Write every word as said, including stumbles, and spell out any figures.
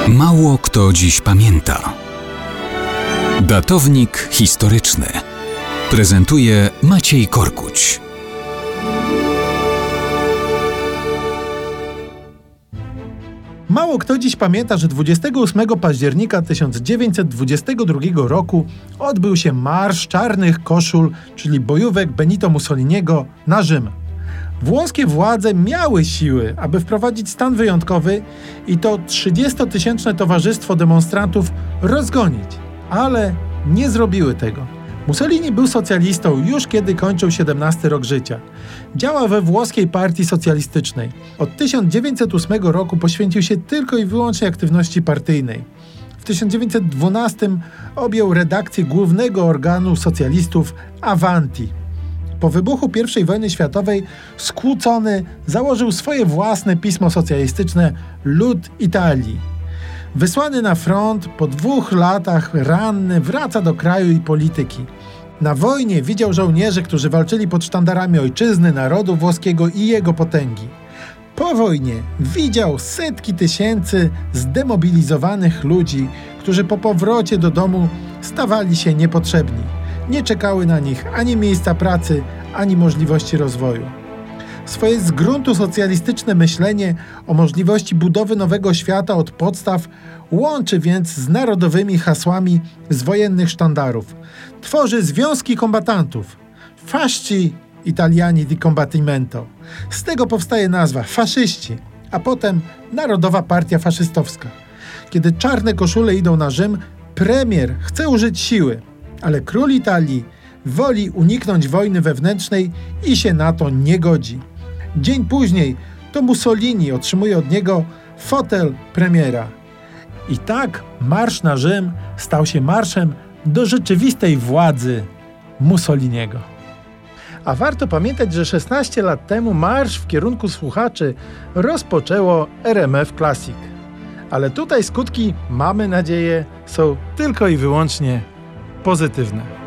Mało kto dziś pamięta. Datownik historyczny prezentuje Maciej Korkuć. Mało kto dziś pamięta, że dwudziestego ósmego października tysiąc dziewięćset dwudziestego drugiego roku odbył się Marsz Czarnych Koszul, czyli bojówek Benito Mussoliniego na Rzym. Włoskie władze miały siły, aby wprowadzić stan wyjątkowy i to trzydziestotysięczne towarzystwo demonstrantów rozgonić, ale nie zrobiły tego. Mussolini był socjalistą już kiedy kończył siedemnasty rok życia. Działał we włoskiej partii socjalistycznej. Od tysiąc dziewięćset ósmego roku poświęcił się tylko i wyłącznie aktywności partyjnej. W tysiąc dziewięćset dwunastym objął redakcję głównego organu socjalistów Avanti. Po wybuchu pierwszej wojny światowej skłócony założył swoje własne pismo socjalistyczne Lud Italii. Wysłany na front, po dwóch latach ranny wraca do kraju i polityki. Na wojnie widział żołnierzy, którzy walczyli pod sztandarami ojczyzny, narodu włoskiego i jego potęgi. Po wojnie widział setki tysięcy zdemobilizowanych ludzi, którzy po powrocie do domu stawali się niepotrzebni. Nie czekały na nich ani miejsca pracy, ani możliwości rozwoju. Swoje z gruntu socjalistyczne myślenie o możliwości budowy nowego świata od podstaw łączy więc z narodowymi hasłami z wojennych sztandarów. Tworzy związki kombatantów. Fasci Italiani di Combattimento. Z tego powstaje nazwa faszyści, a potem Narodowa Partia Faszystowska. Kiedy czarne koszule idą na Rzym, premier chce użyć siły, ale król Italii woli uniknąć wojny wewnętrznej i się na to nie godzi. Dzień później to Mussolini otrzymuje od niego fotel premiera. I tak marsz na Rzym stał się marszem do rzeczywistej władzy Mussoliniego. A warto pamiętać, że szesnaście lat temu marsz w kierunku słuchaczy rozpoczęło R M F Classic. Ale tutaj skutki, mamy nadzieję, są tylko i wyłącznie pozytywne.